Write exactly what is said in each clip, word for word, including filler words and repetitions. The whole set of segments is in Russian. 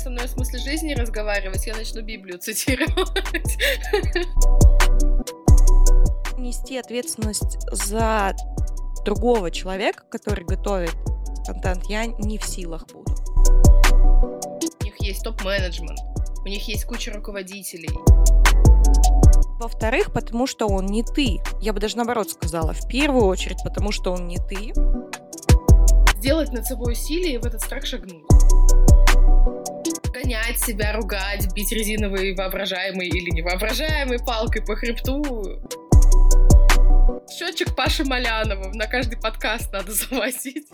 со мной о смысле жизни разговаривать, я начну Библию цитировать. Нести ответственность за другого человека, который готовит контент, я не в силах буду. У них есть топ-менеджмент, у них есть куча руководителей. Во-вторых, потому что он не ты. Я бы даже наоборот сказала, в первую очередь, потому что он не ты. Сделать над собой усилие и в этот страх шагнуть. Гонять себя, ругать, бить резиновой воображаемой или невоображаемой палкой по хребту. Счетчик Паши Малянова на каждый подкаст надо завозить.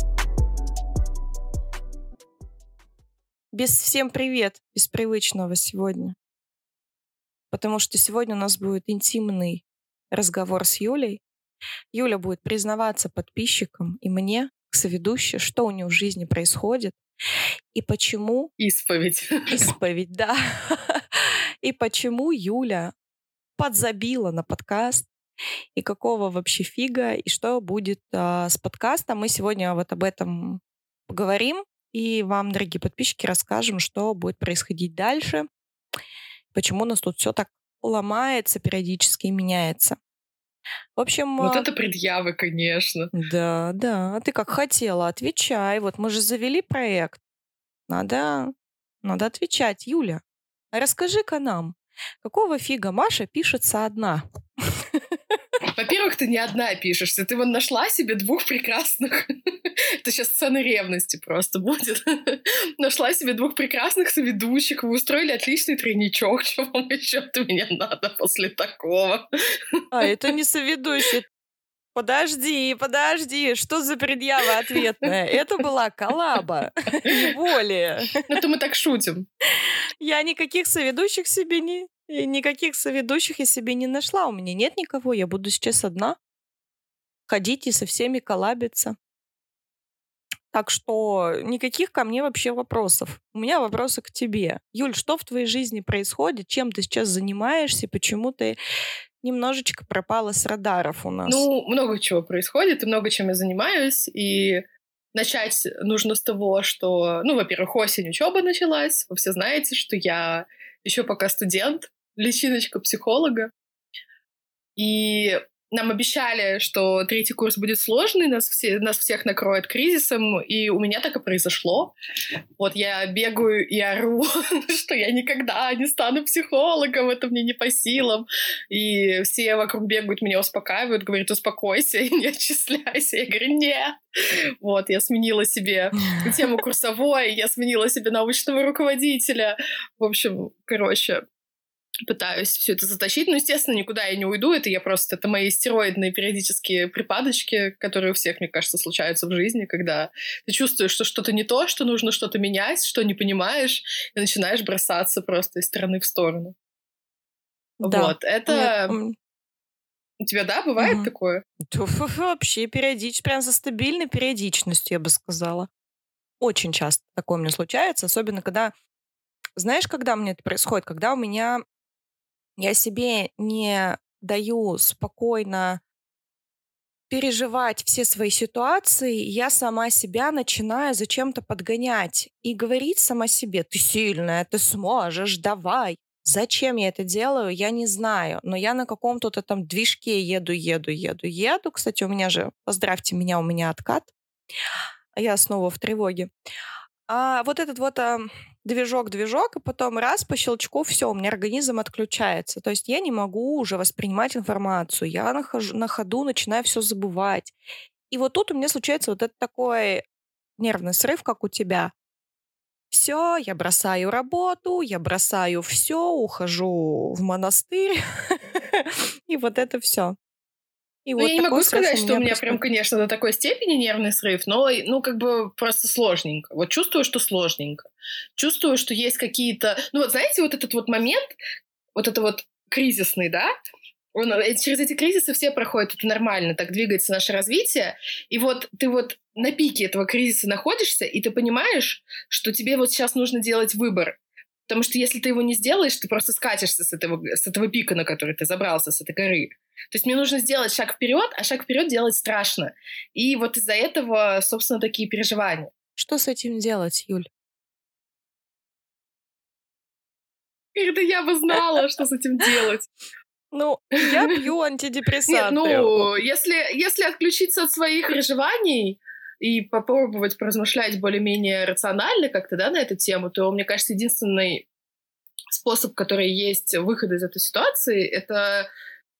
Без всем привет, без привычного сегодня. Потому что сегодня у нас будет интимный разговор с Юлей. Юля будет признаваться подписчикам и мне, к соведущей, что у нее в жизни происходит и почему... Исповедь. Исповедь, да. И почему Юля подзабила на подкаст, и какого вообще фига, и что будет а, с подкастом. Мы сегодня вот об этом поговорим, и вам, дорогие подписчики, расскажем, что будет происходить дальше, почему у нас тут все так ломается периодически и меняется. В общем... Вот это предъявы, конечно. Да, да. А ты как хотела, отвечай. Вот мы же завели проект. Надо, надо отвечать. Юля, расскажи-ка нам, какого фига Маша пишется одна? Во-первых, ты не одна пишешься. Ты вон нашла себе двух прекрасных... Это сейчас сцена ревности просто будет. Нашла себе двух прекрасных соведущих. Вы устроили отличный тройничок. Чего вам еще от меня надо после такого? А, это не соведущий. Подожди, подожди. Что за предъява ответная? Это была коллаба. Не более. Это мы так шутим. Я никаких соведущих себе не... Никаких соведущих я себе не нашла. У меня нет никого. Я буду сейчас одна. Ходить и со всеми коллабиться. Так что никаких ко мне вообще вопросов. У меня вопросы к тебе. Юль, что в твоей жизни происходит? Чем ты сейчас занимаешься? Почему ты немножечко пропала с радаров у нас? Ну, много чего происходит, и много чем я занимаюсь. И начать нужно с того, что, ну, во-первых, осень, учеба началась. Вы все знаете, что я еще пока студент, личиночка психолога. И нам обещали, что третий курс будет сложный, нас, все, нас всех накроет кризисом, и у меня так и произошло. Вот я бегаю и ору, что я никогда не стану психологом, это мне не по силам. И все вокруг бегают, меня успокаивают, говорят, успокойся и не отчисляйся. Я говорю, нет. Вот, я сменила себе тему курсовой, я сменила себе научного руководителя. В общем, короче... Пытаюсь все это затащить, но, естественно, никуда я не уйду. Это я просто... Это мои стероидные периодические припадочки, которые у всех, мне кажется, случаются в жизни, когда ты чувствуешь, что что-то не то, что нужно что-то менять, что не понимаешь, и начинаешь бросаться просто из стороны в сторону. Да. Вот, это... Нет. У тебя, да, бывает угу. такое? Вообще периодически, прям со стабильной периодичностью, я бы сказала. Очень часто такое у меня случается, особенно когда... Знаешь, когда у меня это происходит? Когда у меня... Я себе не даю спокойно переживать все свои ситуации, я сама себя начинаю зачем-то подгонять и говорить сама себе: ты сильная, ты сможешь, давай. Зачем я это делаю, я не знаю, но я на каком-то там движке еду, еду, еду, еду. Кстати, у меня же, поздравьте меня, у меня откат, а я снова в тревоге. А вот этот вот а, движок-движок, и потом раз по щелчку все, у меня организм отключается. То есть я не могу уже воспринимать информацию. Я нахожу, на ходу начинаю все забывать. И вот тут у меня случается вот этот такой нервный срыв, как у тебя. Все, я бросаю работу, я бросаю все, ухожу в монастырь. И вот это все. И ну, вот я не могу сказать, у что у меня происходит. прям, конечно, до такой степени нервный срыв, но, ну, как бы просто сложненько. Вот чувствую, что сложненько. Чувствую, что есть какие-то... Ну, вот знаете, вот этот вот момент, вот это вот кризисный, да, он, через эти кризисы все проходят, это нормально, так двигается наше развитие. И вот ты вот на пике этого кризиса находишься, и ты понимаешь, что тебе вот сейчас нужно делать выбор. Потому что если ты его не сделаешь, ты просто скатишься с этого, с этого пика, на который ты забрался, с этой горы. То есть мне нужно сделать шаг вперед, а шаг вперед делать страшно. И вот из-за этого, собственно, такие переживания. Что с этим делать, Юль? Когда я бы знала, что с этим делать. Ну, я пью Нет, антидепрессанты. ну, если, если отключиться от своих переживаний и попробовать поразмышлять более-менее рационально как-то, да, на эту тему, то, мне кажется, единственный способ, который есть выхода из этой ситуации, это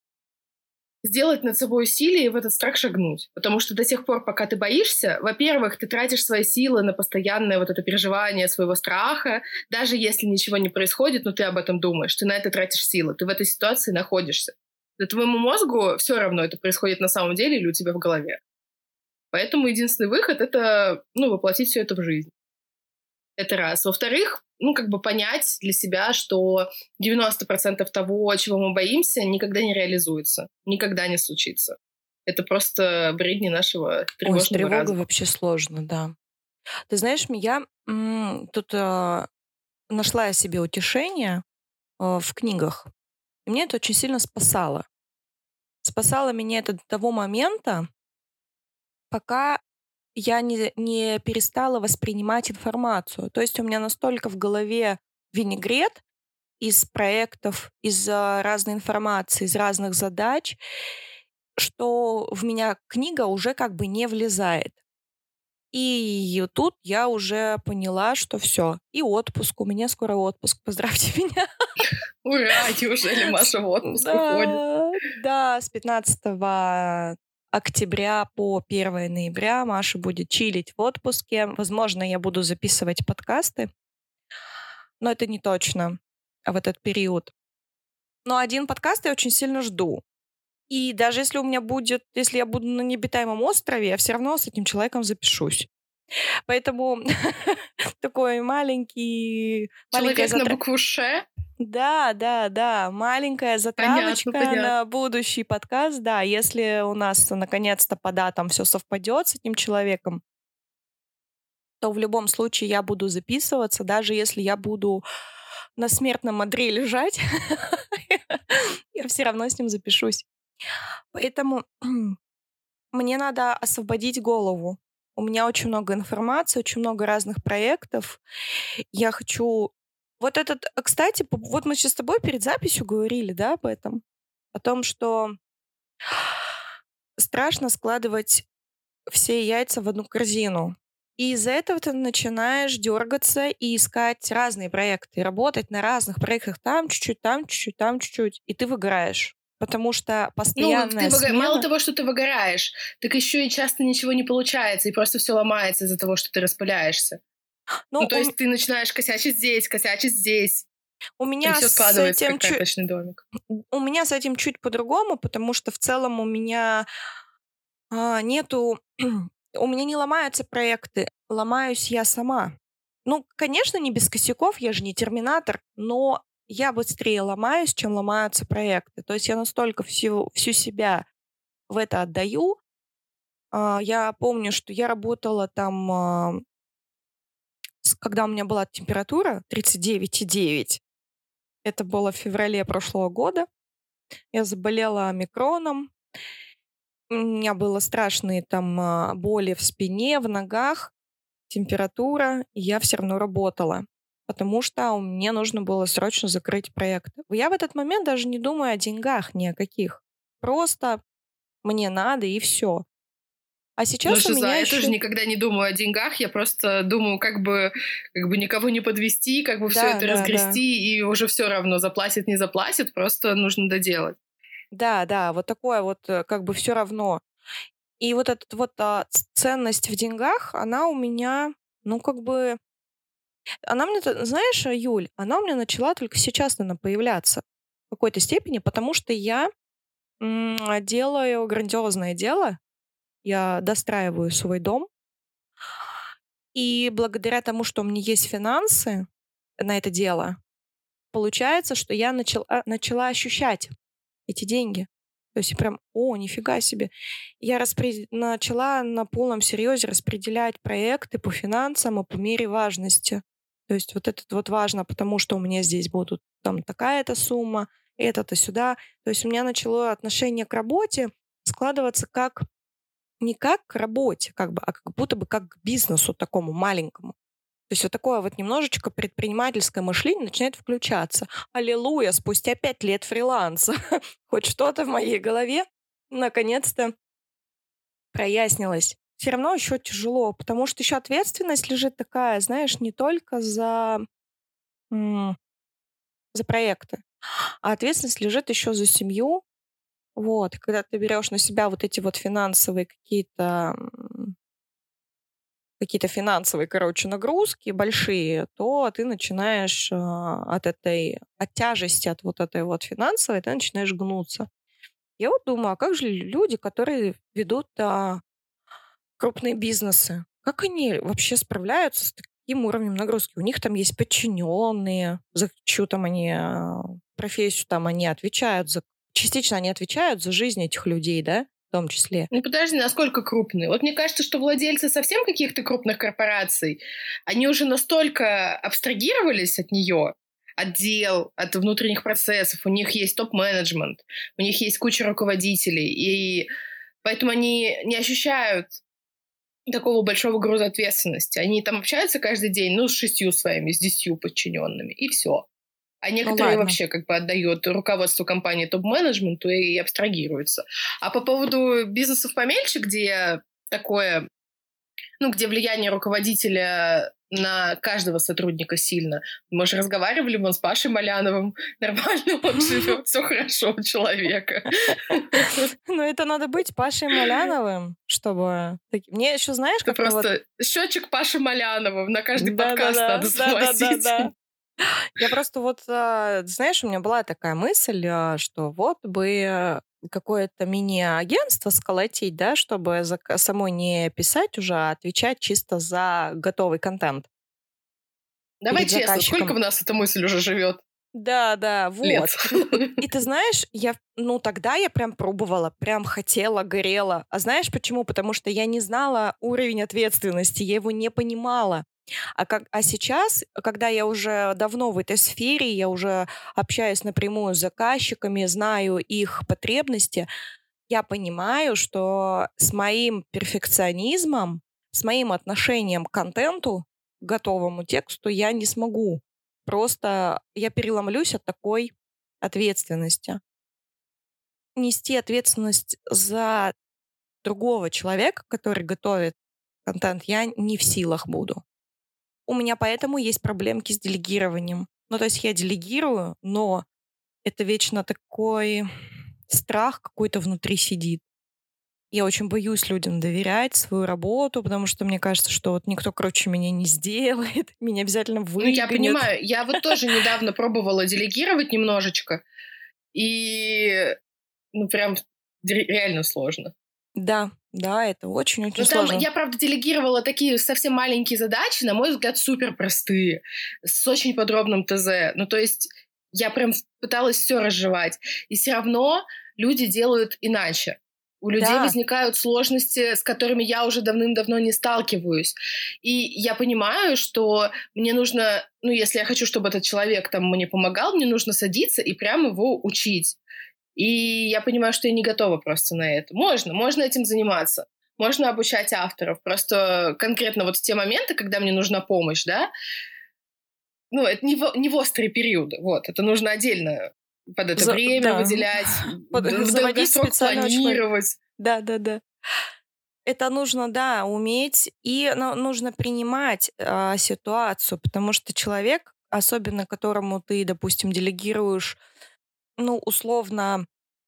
сделать над собой усилие и в этот страх шагнуть. Потому что до тех пор, пока ты боишься, во-первых, ты тратишь свои силы на постоянное вот это переживание своего страха. Даже если ничего не происходит, но ты об этом думаешь, ты на это тратишь силы, ты в этой ситуации находишься. Да твоему мозгу все равно, это происходит на самом деле или у тебя в голове. Поэтому единственный выход — это, ну, воплотить все это в жизнь. Это раз. Во-вторых, ну, как бы понять для себя, что девяносто процентов того, чего мы боимся, никогда не реализуется, никогда не случится. Это просто бредни нашего Ой, с тревожного тревогой разума. вообще сложно, да. Ты знаешь, м, я м, тут а, нашла я себе утешение а, в книгах. И мне это очень сильно спасало. Спасало меня это до того момента, пока я не, не перестала воспринимать информацию. То есть у меня настолько в голове винегрет из проектов, из а, разной информации, из разных задач, что в меня книга уже как бы не влезает. И тут я уже поняла, что все. И отпуск. У меня скоро отпуск. Поздравьте меня. Ура, неужели С- Маша в отпуск уходит? Да, да, с пятнадцатого октября по первое ноября Маша будет чилить в отпуске. Возможно, я буду записывать подкасты, но это не точно в этот период. Но один подкаст я очень сильно жду. И даже если у меня будет, если я буду на необитаемом острове, я все равно с этим человеком запишусь. Поэтому такой маленький, маленькая Человек на затра... букву «Ш»? Да, да, да, маленькая Понятно, затравочка понятно. на будущий подкаст. Да, если у нас наконец-то по датам все совпадет с этим человеком, то в любом случае я буду записываться, даже если я буду на смертном одре лежать, я все равно с ним запишусь. Поэтому мне надо освободить голову. У меня очень много информации, очень много разных проектов. Я хочу... Вот этот, а, кстати, п- вот мы сейчас с тобой перед записью говорили, да, об этом, о том, что страшно складывать все яйца в одну корзину. И из-за этого ты начинаешь дергаться и искать разные проекты, и работать на разных проектах там чуть-чуть, там чуть-чуть, там чуть-чуть, и ты выгораешь. Потому что Ну, ты постоянная выго- мало смена... того, что ты выгораешь, так еще и часто ничего не получается, и просто все ломается из-за того, что ты распыляешься. Ну, Ну, то у, м- есть ты начинаешь косячить здесь, косячить здесь, у и меня все с складывается этим как чуть... карточный домик. У меня с этим чуть по-другому, потому что в целом у меня а, нету... У меня не ломаются проекты, ломаюсь я сама. Ну, конечно, не без косяков, я же не терминатор, но я быстрее ломаюсь, чем ломаются проекты. То есть я настолько всю, всю себя в это отдаю. А, Я помню, что я работала там, а, с- когда у меня была температура тридцать девять и девять. Это было в феврале прошлого года. Я заболела омикроном. У меня было страшные там а, боли в спине, в ногах, температура, и я все равно работала, потому что мне нужно было срочно закрыть проект. Я в этот момент даже не думаю о деньгах ни о каких. Просто мне надо и все. А Ну, сейчас у шиза, меня я тоже еще... никогда не думаю о деньгах, я просто думаю, как бы, как бы никого не подвести, как бы все Да, это да, да. разгрести, и уже все равно, заплатит, не заплатит, просто нужно доделать. Да, да, вот такое вот э, как бы все равно. И вот эта вот а, ц- ценность в деньгах, она у меня, ну, как бы... Она мне, т- знаешь, э, Юль, она у меня начала только сейчас, наверное, появляться в какой-то степени, потому что я м, делаю грандиозное дело, я достраиваю свой дом, и благодаря тому, что у меня есть финансы на это дело, получается, что я начала, начала ощущать эти деньги. То есть я прям, о, нифига себе. Я распри- начала на полном серьезе распределять проекты по финансам и по мере важности. То есть вот это вот важно, потому что у меня здесь будут там такая-то сумма, это-то сюда. То есть у меня начало отношение к работе складываться как не как к работе, как бы, а как будто бы как к бизнесу такому маленькому. То есть вот такое вот немножечко предпринимательское мышление начинает включаться. Аллилуйя, спустя пять лет фриланса. Хоть что-то в моей голове наконец-то прояснилось. Все равно еще тяжело, потому что еще ответственность лежит такая, знаешь, не только за, м, за проекты, а ответственность лежит еще за семью. Вот, и когда ты берешь на себя вот эти вот финансовые какие-то м, какие-то финансовые, короче, нагрузки большие, то ты начинаешь а, от этой, от тяжести, от вот этой вот финансовой, ты начинаешь гнуться. Я вот думаю, а как же люди, которые ведут а, крупные бизнесы, как они вообще справляются с таким уровнем нагрузки? У них там есть подчиненные, за чью там они а, профессию там они отвечают, за, частично они отвечают за жизнь этих людей, да, в том числе. Ну подожди, насколько крупные? Вот мне кажется, что владельцы совсем каких-то крупных корпораций, они уже настолько абстрагировались от нее, от дел, от внутренних процессов, у них есть топ-менеджмент, у них есть куча руководителей, и поэтому они не ощущают такого большого груза ответственности. Они там общаются каждый день, ну, с шестью своими, с десятью подчиненными, и все. А Ну некоторые ладно. вообще как бы отдают руководству компании топ-менеджменту и абстрагируются. А по поводу бизнесов помельче, где такое, ну, где влияние руководителя на каждого сотрудника сильно. Мы же разговаривали вон с Пашей Маляновым. Нормально он живет, все хорошо у человека. Ну, это надо быть Пашей Маляновым, чтобы... таки- Мне еще, знаешь, Это как-то вот... просто счетчик Паши Малянова. На каждый подкаст Да-да-да, надо да-да-да-да. завозить. Я просто вот, а, знаешь, у меня была такая мысль, а, что вот бы какое-то мини-агентство сколотить, да, чтобы за к- самой не писать уже, а отвечать чисто за готовый контент Давай перед честно, сколько заказчиком. в нас эта мысль уже живет? Да, да, Лет. вот. Ну, и ты знаешь, я, ну, тогда я прям пробовала, прям хотела, горела. А знаешь почему? Потому что я не знала уровень ответственности, я его не понимала. А, как, а сейчас, когда я уже давно в этой сфере, я уже общаюсь напрямую с заказчиками, знаю их потребности, я понимаю, что с моим перфекционизмом, с моим отношением к контенту, к готовому тексту, я не смогу. Просто я переломлюсь от такой ответственности. Нести ответственность за другого человека, который готовит контент, я не в силах буду. У меня поэтому есть проблемки с делегированием. Ну, то есть я делегирую, но это вечно такой страх какой-то внутри сидит. Я очень боюсь людям доверять свою работу, потому что мне кажется, что вот никто круче меня не сделает, меня обязательно Ну, я выгонят. понимаю. Я вот тоже недавно пробовала делегировать немножечко, и ну прям ре- реально сложно. Да, да, это очень-очень Но там сложно. я, правда, делегировала такие совсем маленькие задачи, на мой взгляд, супер простые, с очень подробным ТЗ. Ну, то есть я прям пыталась все разжевать. И все равно люди делают иначе. У людей Да, возникают сложности, с которыми я уже давным-давно не сталкиваюсь. И я понимаю, что мне нужно, ну, если я хочу, чтобы этот человек там мне помогал, мне нужно садиться и прямо его учить. И я понимаю, что я не готова просто на это. Можно, можно этим заниматься. Можно обучать авторов. Просто конкретно вот в те моменты, когда мне нужна помощь, да, ну, это не в, не в острые периоды. Вот, это нужно отдельно под это за- время да. выделять, Под- в заводить долгосрок специального человека. планировать. Да, да, да. Это нужно, да, уметь, и ну, нужно принимать а, ситуацию, потому что человек, особенно которому ты, допустим, делегируешь, ну, условно,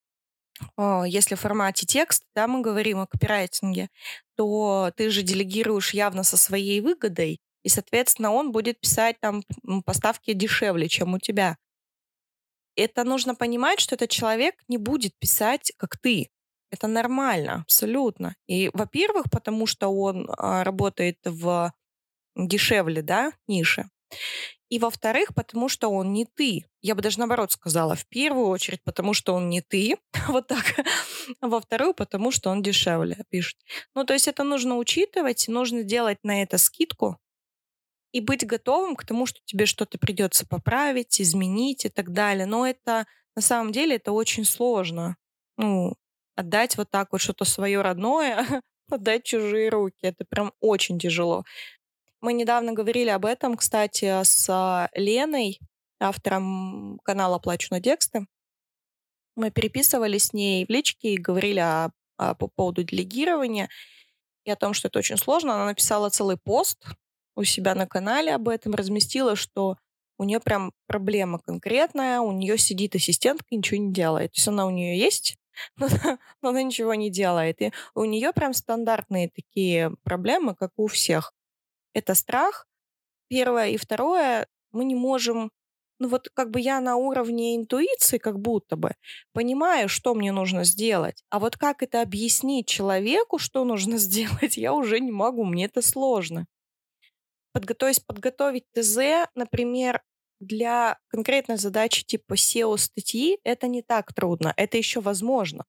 а, если в формате текст, да, мы говорим о копирайтинге, то ты же делегируешь явно со своей выгодой, и, соответственно, он будет писать там м, поставки дешевле, чем у тебя. Это нужно понимать, что этот человек не будет писать, как ты. Это нормально, абсолютно. И, во-первых, потому что он а, работает в дешевле, да, нише. И, во-вторых, потому что он не ты. Я бы даже наоборот сказала, в первую очередь, потому что он не ты, вот так. А во вторую, потому что он дешевле пишет. Ну, то есть это нужно учитывать, нужно делать на это скидку и быть готовым к тому, что тебе что-то придется поправить, изменить и так далее. Но это, на самом деле, это очень сложно. Ну, отдать вот так вот что-то свое родное, отдать в чужие руки. Это прям очень тяжело. Мы недавно говорили об этом, кстати, с а, Леной, автором канала «Плачу на тексты». Мы переписывались с ней в личке и говорили о- о- по поводу делегирования и о том, что это очень сложно. Она написала целый пост у себя на канале об этом, разместила, что у нее прям проблема конкретная, у нее сидит ассистентка и ничего не делает. То есть она у нее есть, но, она но она ничего не делает. И у нее прям стандартные такие проблемы, как у всех. Это страх, первое. И второе, мы не можем... Ну вот как бы я на уровне интуиции как будто бы понимаю, что мне нужно сделать. А вот как это объяснить человеку, что нужно сделать, я уже не могу, мне это сложно. Подго- То есть подготовить ТЗ, например, для конкретной задачи типа сео-статьи, это не так трудно, это еще возможно.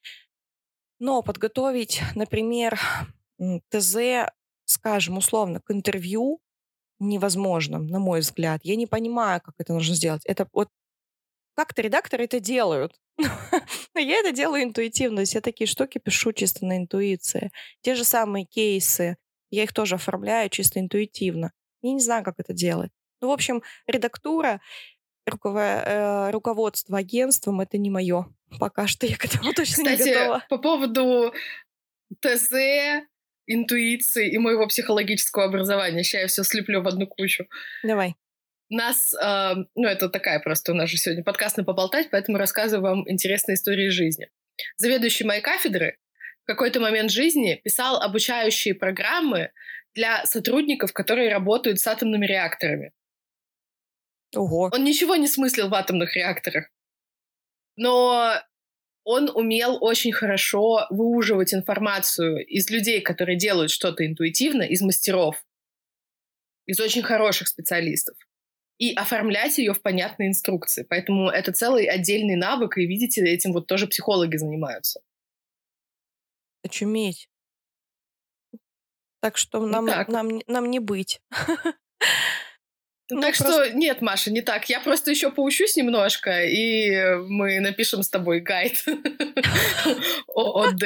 Но подготовить, например, м, ТЗ, скажем, условно, к интервью невозможно, на мой взгляд. Я не понимаю, как это нужно сделать. Это вот как-то редакторы это делают. Но я это делаю интуитивно. То есть я такие штуки пишу чисто на интуиции. Те же самые кейсы, я их тоже оформляю чисто интуитивно. Я не знаю, как это делать. Ну, в общем, редактура, руково- э, руководство агентством — это не мое. Пока что я к этому точно не Кстати, готова. по поводу ТЗ, интуиции и моего психологического образования. Сейчас я все слеплю в одну кучу. Давай. Нас, э, ну, это такая просто, у нас же сегодня подкаст на поболтать, поэтому рассказываю вам интересные истории из жизни. Заведующий моей кафедры в какой-то момент жизни писал обучающие программы для сотрудников, которые работают с атомными реакторами. Ого. Он ничего не смыслил в атомных реакторах, но он умел очень хорошо выуживать информацию из людей, которые делают что-то интуитивно, из мастеров, из очень хороших специалистов, и оформлять ее в понятные инструкции. Поэтому это целый отдельный навык, и, видите, этим вот тоже психологи занимаются. Очуметь. Так что Вот нам, так вот. нам, не- нам не быть. Ну, Ну, так просто что нет, Маша, не так. Я просто еще поучусь немножко, и мы напишем с тобой гайд ООД.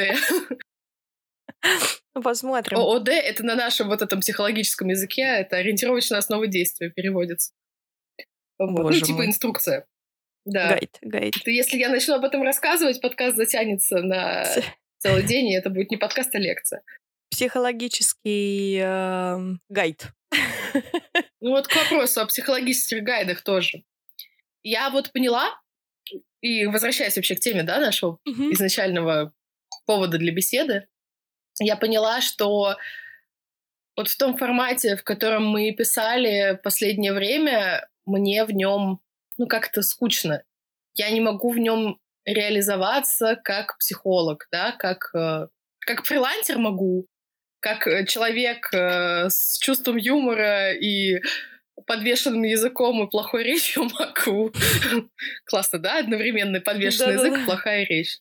посмотрим. ООД — это на нашем вот этом психологическом языке, это ориентировочная основа действия переводится. Вот. Ну, Боже типа мой. инструкция. Да. Гайд, гайд. Это если я начну об этом рассказывать, подкаст затянется на целый день, и это будет не подкаст, а лекция. Психологический эм, гайд. Ну вот к вопросу о психологических гайдах тоже. Я вот поняла, и возвращаясь вообще к теме, да, нашего Мгм. изначального повода для беседы, я поняла, что вот в том формате, в котором мы писали последнее время, мне в нем, ну, как-то скучно. Я не могу в нем реализоваться как психолог, да, как, э, как фрилансер могу, как э, человек э, с чувством юмора и подвешенным языком и плохой речью могу. Классно, да? Одновременно подвешенный язык, Да-да-да. плохая речь.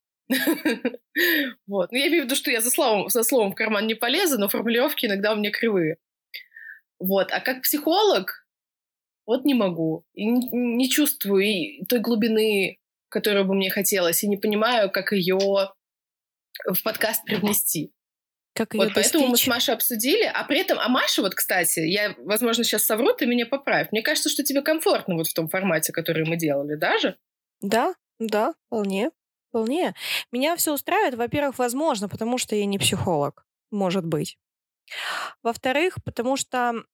Вот. Ну, я имею в виду, что я за словом, за словом в карман не полезу, но формулировки иногда у меня кривые. Вот. А как психолог, вот не могу. И не, не чувствую и той глубины, которую бы мне хотелось, и не понимаю, как ее в подкаст привнести. Как ее Вот, поэтому мы с достичь? Машей обсудили. А при этом, а Маша, вот, кстати, я, возможно, сейчас совру, ты меня поправь. Мне кажется, что тебе комфортно вот в том формате, который мы делали, даже? Да, да, вполне, вполне. Меня все устраивает, во-первых, возможно, потому что я не психолог, может быть. Во-вторых, потому что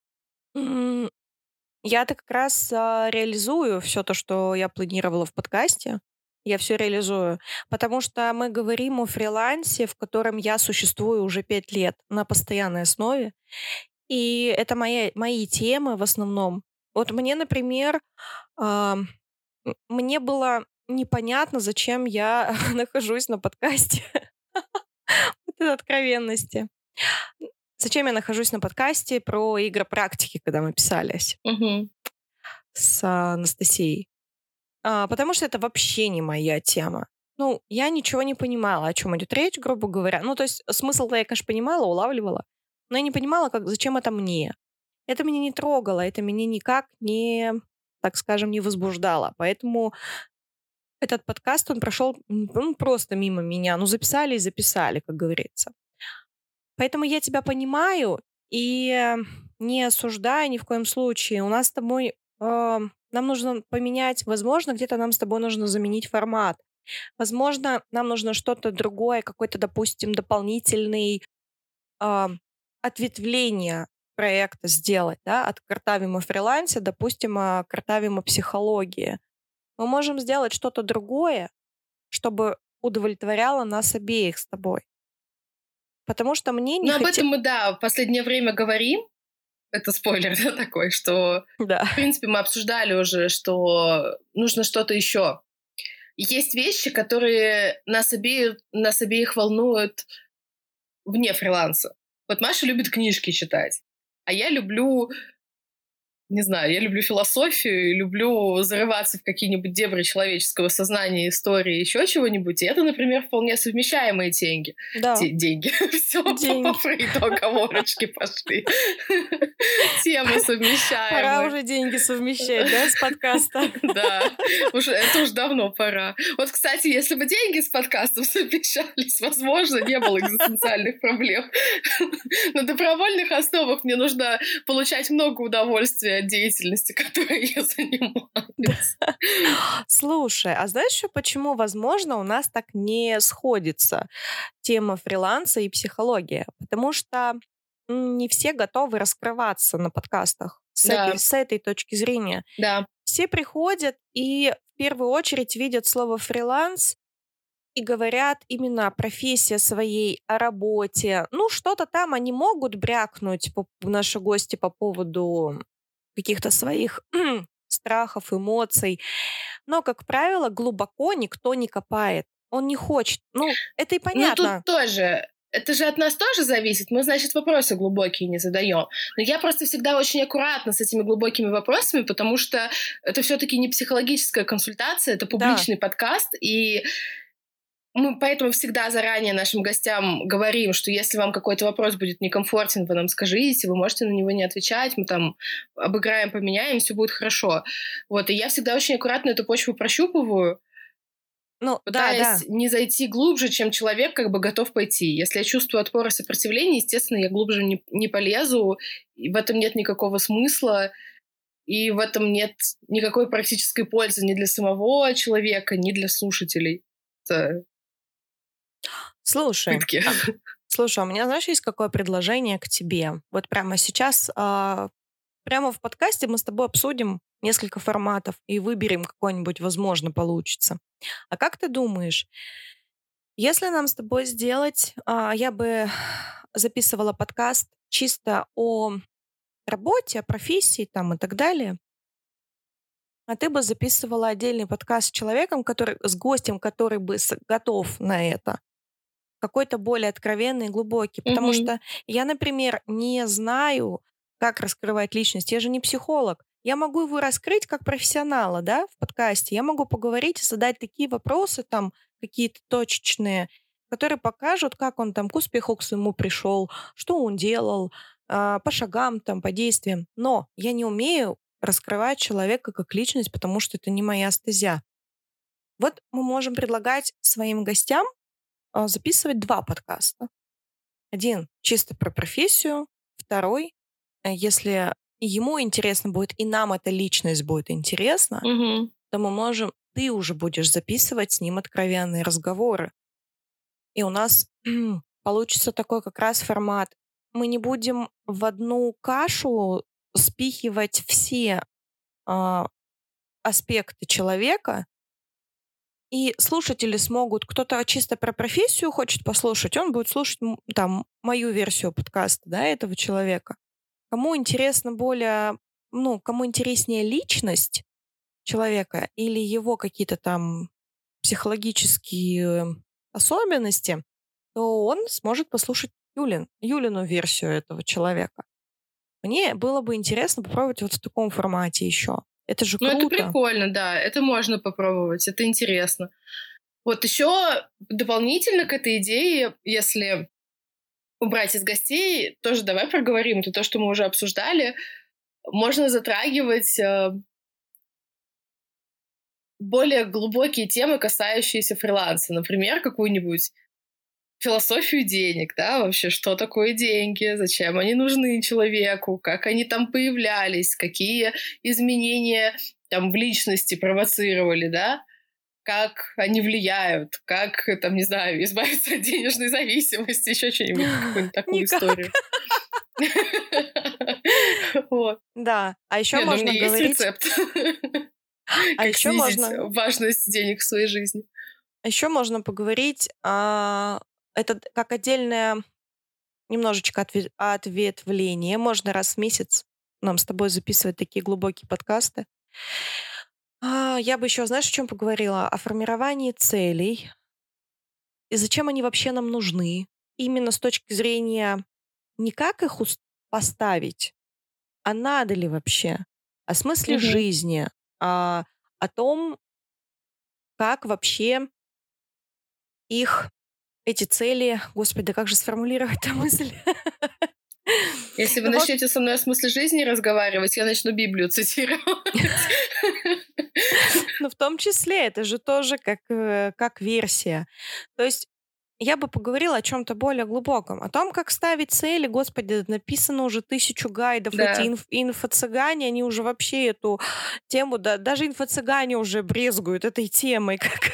м, я-то как раз а, реализую все то, что я планировала в подкасте. Я все реализую, потому что мы говорим о фрилансе, в котором я существую уже пять лет на постоянной основе. И это моя, мои темы в основном. Вот мне, например, ам, м, мне было непонятно, зачем я нахожусь на подкасте. Вот это откровенности. Зачем я нахожусь на подкасте про игропрактики, когда мы писались Угу. с Анастасией? А, потому что это вообще не моя тема. Ну, я ничего не понимала, о чем идет речь, грубо говоря. Ну, то есть смысл-то я, конечно, понимала, улавливала, но я не понимала, как, зачем это мне. Это меня не трогало, это меня никак не, так скажем, не возбуждало. Поэтому этот подкаст, он прошел м, ну, просто мимо меня. Ну, записали и записали, как говорится. Поэтому я тебя понимаю, и э, не осуждаю ни в коем случае. У нас с тобой, а, нам нужно поменять, возможно, где-то нам с тобой нужно заменить формат. Возможно, нам нужно что-то другое, какой-то, допустим, дополнительный, а, ответвление проекта сделать, да, от «Картавим о фрилансе», допустим, а, «Картавим о психологии». Мы можем сделать что-то другое, чтобы удовлетворяло нас обеих с тобой. Потому что мне не Ну, об хоте этом мы, да, в последнее время говорим. Это спойлер, да, такой, что, Да. в принципе, мы обсуждали уже, что нужно что-то еще. Есть вещи, которые нас обеих, нас обеих волнуют вне фриланса. Вот Маша любит книжки читать, а я люблю, не знаю, я люблю философию, люблю зарываться в какие-нибудь дебри человеческого сознания, истории, еще чего-нибудь. И это, например, вполне совмещаемые деньги. Да. Те- деньги. Все, Деньги. по Фрейду оговорочки пошли. Темы Пора совмещаемые. уже деньги совмещать, да, с подкаста? Да, уже, это уж давно пора. Вот, кстати, если бы деньги с подкастом совмещались, возможно, не было экзистенциальных проблем. На добровольных основах мне нужно получать много удовольствия от деятельности, которой я занимаюсь. Слушай, а знаешь еще почему, возможно, у нас так не сходится тема фриланса и психология? Потому что м, не все готовы раскрываться на подкастах с этой, Да, с этой точки зрения. да. Все приходят и в первую очередь видят слово фриланс и говорят именно о профессии своей, о работе. Ну, что-то там они могут брякнуть, по- наши гости, по поводу каких-то своих страхов, эмоций. Но, как правило, глубоко никто не копает. Он не хочет. Ну, это и Ну, тут понятно. тоже. Это же от нас тоже зависит. Мы, значит, вопросы глубокие не задаем. Но я просто всегда очень аккуратна с этими глубокими вопросами, потому что это все-таки не психологическая консультация, это Да, публичный подкаст, и мы поэтому всегда заранее нашим гостям говорим, что если вам какой-то вопрос будет некомфортен, вы нам скажите, вы можете на него не отвечать, мы там обыграем, поменяем, все будет хорошо. Вот, и я всегда очень аккуратно эту почву прощупываю, ну, да, пытаясь да. не зайти глубже, чем человек как бы готов пойти. Если я чувствую отпор и сопротивление, естественно, я глубже не, не полезу, и в этом нет никакого смысла, и в этом нет никакой практической пользы ни для самого человека, ни для слушателей. Это Слушай, пытки. а, слушай, а у меня, знаешь, есть какое предложение к тебе? Вот прямо сейчас, а, прямо в подкасте мы с тобой обсудим несколько форматов и выберем какой-нибудь, возможно, получится. А как ты думаешь, если нам с тобой сделать, а, я бы записывала подкаст чисто о работе, о профессии там и так далее, а ты бы записывала отдельный подкаст с человеком, который, с гостем, который бы с- готов на это, какой-то более откровенный и глубокий. Потому Мгм. что я, например, не знаю, как раскрывать личность. Я же не психолог. Я могу его раскрыть как профессионала, да, в подкасте. Я могу поговорить и задать такие вопросы там какие-то точечные, которые покажут, как он там к успеху к своему пришел, что он делал, а, по шагам там, по действиям. Но я не умею раскрывать человека как личность, потому что это не моя стезя. Вот мы можем предлагать своим гостям а, записывать два подкаста. Один чисто про профессию, второй, э, если и ему интересно будет, и нам эта личность будет интересна, Мгм. то мы можем, ты уже будешь записывать с ним откровенные разговоры. И у нас получится такой как раз формат. Мы не будем в одну кашу спихивать все а, аспекты человека, и слушатели смогут, кто-то чисто про профессию хочет послушать, он будет слушать м, там мою версию подкаста, да, этого человека. Кому интересно более, ну, кому интереснее личность человека или его какие-то там психологические особенности, то он сможет послушать Юлин, Юлину версию этого человека. Мне было бы интересно попробовать вот в таком формате еще. Это же Ну, это круто. прикольно, да, это можно попробовать, это интересно. Вот еще дополнительно к этой идее, если убрать из гостей, тоже давай проговорим, это то, что мы уже обсуждали, можно затрагивать э, более глубокие темы, касающиеся фриланса. Например, какую-нибудь философию денег, да, вообще, что такое деньги, зачем они нужны человеку, как они там появлялись, какие изменения там в личности провоцировали, да, как они влияют, как, там, не знаю, избавиться от денежной зависимости, еще что-нибудь, какую-нибудь такую Никак. историю. Вот. Да, а еще Не, ну у можно меня есть говорить, рецепт, а как еще снизить можно, важность денег в своей жизни. а еще можно поговорить, а, это д- как отдельное немножечко отве- ответвление. Можно раз в месяц нам с тобой записывать такие глубокие подкасты. А, я бы еще, знаешь, о чем поговорила? О формировании целей и зачем они вообще нам нужны. Именно с точки зрения не как их ус- поставить, а надо ли вообще, о смысле Мгм. жизни, а, о том, как вообще их, эти цели, господи, да как же сформулировать эту мысль? Если вы Ну, в общем, начнете со мной о смысле жизни разговаривать, я начну Библию цитировать. ну, в том числе, это же тоже как, э, как версия. То есть я бы поговорила о чем то более глубоком, о том, как ставить цели. Господи, написано уже тысячу гайдов. Эти Да. инф инфо-цыгане, они уже вообще эту тему, да даже инфо-цыгане уже брезгуют этой темой, как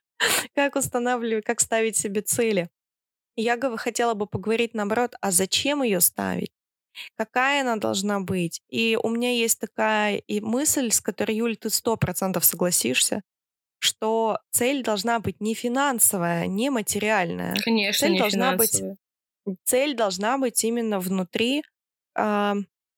как устанавливать, как ставить себе цели. И я гов хотела бы поговорить, наоборот, а зачем ее ставить? Какая она должна быть? И у меня есть такая и мысль, с которой, Юль, ты сто процентов согласишься, что цель должна быть не финансовая, не материальная. Конечно, Цель не должна быть финансовые. цель должна быть именно внутри. А,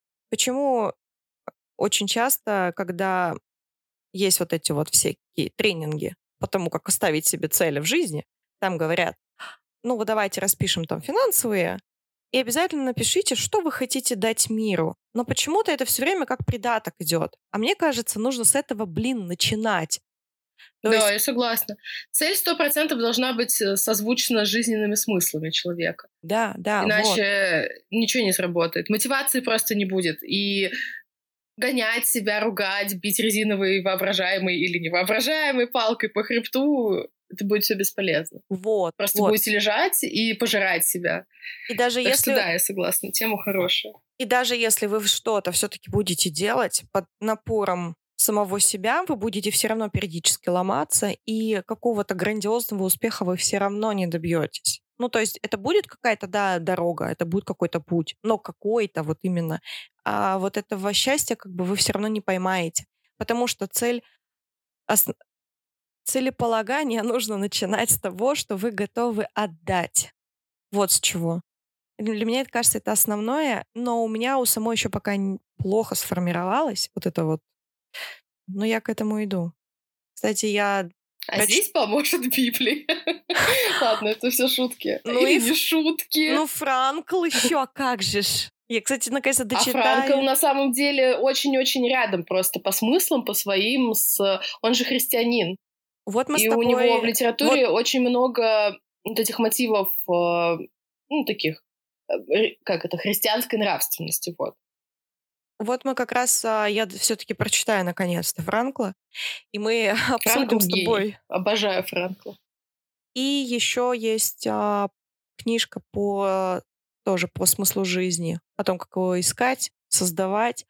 почему очень часто, когда есть вот эти вот всякие тренинги по тому, как оставить себе цели в жизни, там говорят: "Ну, вот давайте распишем там финансовые, и обязательно напишите, что вы хотите дать миру". Но почему-то это все время как придаток идет. А мне кажется, нужно с этого, блин, начинать. То Да, есть, я согласна. Цель сто процентов должна быть э, созвучна с жизненными смыслами человека. да, да, вот. Иначе ничего не сработает. Мотивации просто не будет. И гонять себя, ругать, бить резиновой воображаемой или невоображаемой палкой по хребту, это будет все бесполезно. Вот, Просто вот. будете лежать и пожирать себя. И даже Так что если да, я согласна, тема хорошая. и даже если вы что-то все таки будете делать под напором самого себя, вы будете все равно периодически ломаться, и какого-то грандиозного успеха вы все равно не добьетесь. Ну, то есть это будет какая-то, да, дорога, это будет какой-то путь, но какой-то вот именно. А вот этого счастья как бы вы все равно не поймаете, потому что цель ос целеполагание нужно начинать с того, что вы готовы отдать. Вот с чего. Для меня, это кажется, это основное, но у меня у самой еще пока н плохо сформировалось вот это вот, но я к этому иду. Кстати, я А проч здесь поможет Библия. Ладно, это все шутки. ну Или и не ф шутки. ну, Франкл еще, а как же ж. Я, кстати, наконец-то А Франкл дочитаю. на самом деле очень-очень рядом просто по смыслам, по своим с... Он же христианин. Вот мы с И у него в тобой вот литературе очень много вот этих мотивов, э, ну, таких, э, р- как это, христианской нравственности, вот. вот мы как раз, а, я все таки прочитаю наконец-то Франкла, и мы Франкл обсудим с гений. тобой. Обожаю Франкла. И еще есть, а, книжка по тоже по смыслу жизни, о том, как его искать, создавать.